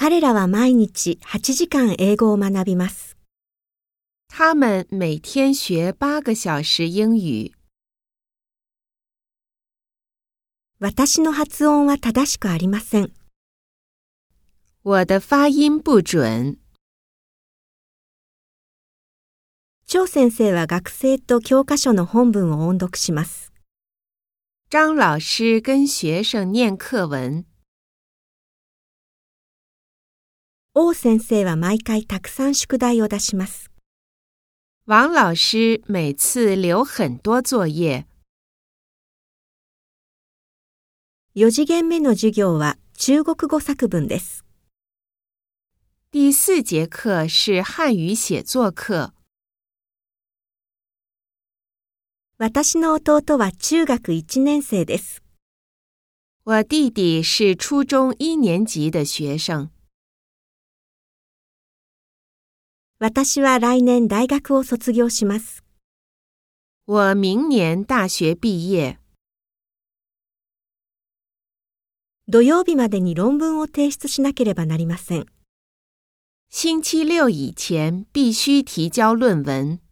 彼らは毎日8時間英語を学びます。 他们每天学8个小时英语。 私の発音は正しくありません。 我的发音不准。 張先生は学生と教科書の本文を音読します。 張老師跟學生念課文。 王先生は毎回たくさん宿題を出します。 王老師每次留很多作業。 4次元目の授業は中国語作文です。 第4節課是漢語寫作課。 私の弟は中学1年生です。 我弟弟是初中1年級的學生。 私は来年大学を卒業します。 我明年大學畢業。 土曜日までに論文を提出しなければなりません。 星期六以前必須提交論文。